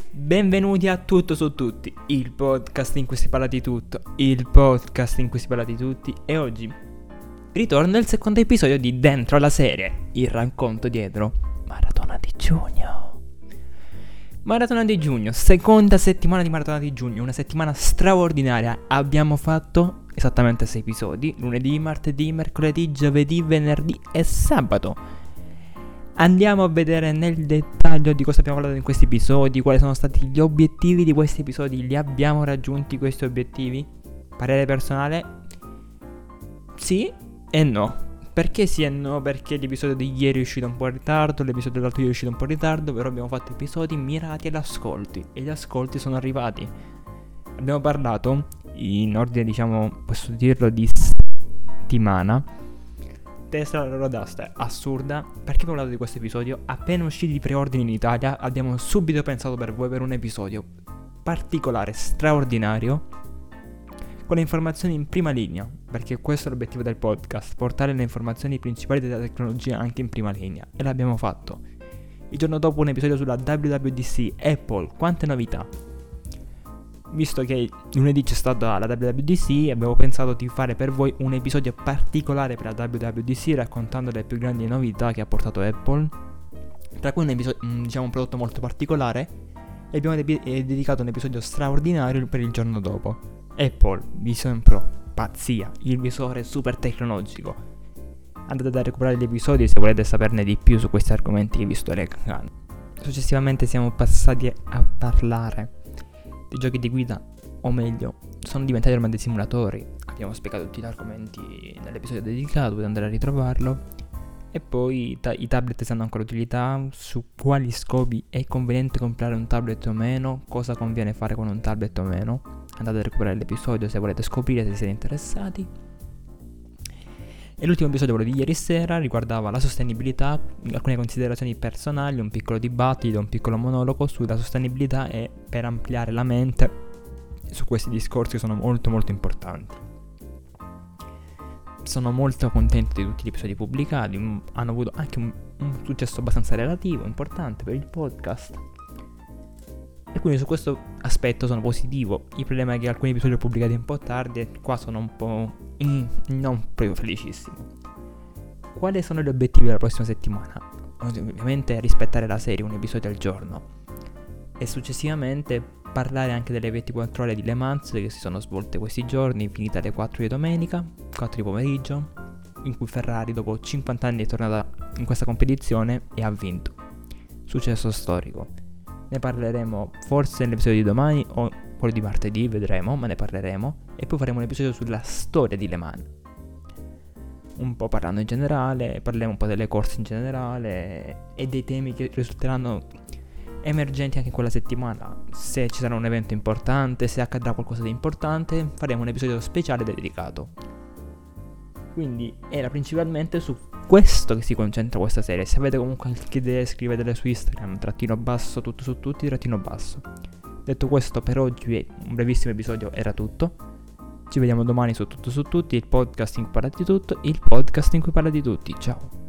Benvenuti a Tutto su Tutti, il podcast in cui si parla di tutto, il podcast in cui si parla di tutti. E oggi ritorna il secondo episodio di Dentro la serie, il racconto dietro Maratona di Giugno. Maratona di Giugno, seconda settimana di Maratona di Giugno, una settimana straordinaria. Abbiamo fatto esattamente 6 episodi, lunedì, martedì, mercoledì, giovedì, venerdì e sabato. Andiamo a vedere nel dettaglio di cosa abbiamo parlato in questi episodi, quali sono stati gli obiettivi di questi episodi, li abbiamo raggiunti questi obiettivi? Parere personale? Sì e no. Perché sì e no? Perché l'episodio di ieri è uscito un po' in ritardo, l'episodio dell'altro ieri è uscito un po' in ritardo, però abbiamo fatto episodi mirati agli ascolti e gli ascolti sono arrivati. Abbiamo parlato, in ordine posso dirlo, di settimana. Tesla la loro d'asta è assurda. Perché abbiamo parlato di questo episodio? Appena usciti i preordini in Italia abbiamo subito pensato per voi per un episodio particolare, straordinario, con le informazioni in prima linea, perché questo è l'obiettivo del podcast, portare le informazioni principali della tecnologia anche in prima linea, e l'abbiamo fatto. Il giorno dopo un episodio sulla WWDC, Apple, quante novità. Visto che lunedì c'è stata la WWDC, abbiamo pensato di fare per voi un episodio particolare per la WWDC, raccontando le più grandi novità che ha portato Apple, tra cui un prodotto molto particolare, e abbiamo dedicato un episodio straordinario per il giorno dopo. Apple Vision Pro, pazzia, il visore super tecnologico. Andate a recuperare gli episodi se volete saperne di più su questi argomenti che vi sto recando. Successivamente siamo passati a parlare dei giochi di guida, o meglio, sono diventati ormai dei simulatori. Abbiamo spiegato tutti gli argomenti nell'episodio dedicato, potete andare a ritrovarlo. E poi i tablet hanno ancora utilità, su quali scopi è conveniente comprare un tablet o meno, cosa conviene fare con un tablet o meno. Andate a recuperare l'episodio se volete scoprire, se siete interessati. E l'ultimo episodio, quello di ieri sera, riguardava la sostenibilità, alcune considerazioni personali, un piccolo dibattito, un piccolo monologo sulla sostenibilità e per ampliare la mente su questi discorsi che sono molto molto importanti. Sono molto contento di tutti gli episodi pubblicati, hanno avuto anche un successo abbastanza relativo, importante per il podcast. E quindi su questo aspetto sono positivo. Il problema è che alcuni episodi li ho pubblicati un po' tardi e qua sono un po' non proprio felicissimo. Quali sono gli obiettivi della prossima settimana? Ovviamente rispettare la serie, un episodio al giorno, e successivamente parlare anche delle 24 ore di Le Mans che si sono svolte questi giorni, finite alle 4 di domenica, 4 di pomeriggio, in cui Ferrari dopo 50 anni è tornata in questa competizione e ha vinto. Successo storico. Ne parleremo forse nell'episodio di domani o quello di martedì, vedremo, ma ne parleremo. E poi faremo un episodio sulla storia di Le Mans, un po' parlando in generale, parleremo un po' delle corse in generale e dei temi che risulteranno emergenti anche in quella settimana. Se ci sarà un evento importante, se accadrà qualcosa di importante, faremo un episodio speciale dedicato. Quindi era principalmente su questo che si concentra questa serie. Se avete comunque qualche idea, scrivetele su Instagram, _ tutto su tutti, _ Detto questo, per oggi un brevissimo episodio era tutto. Ci vediamo domani su Tutto su Tutti, il podcast in cui parla di tutto, il podcast in cui parla di tutti. Ciao.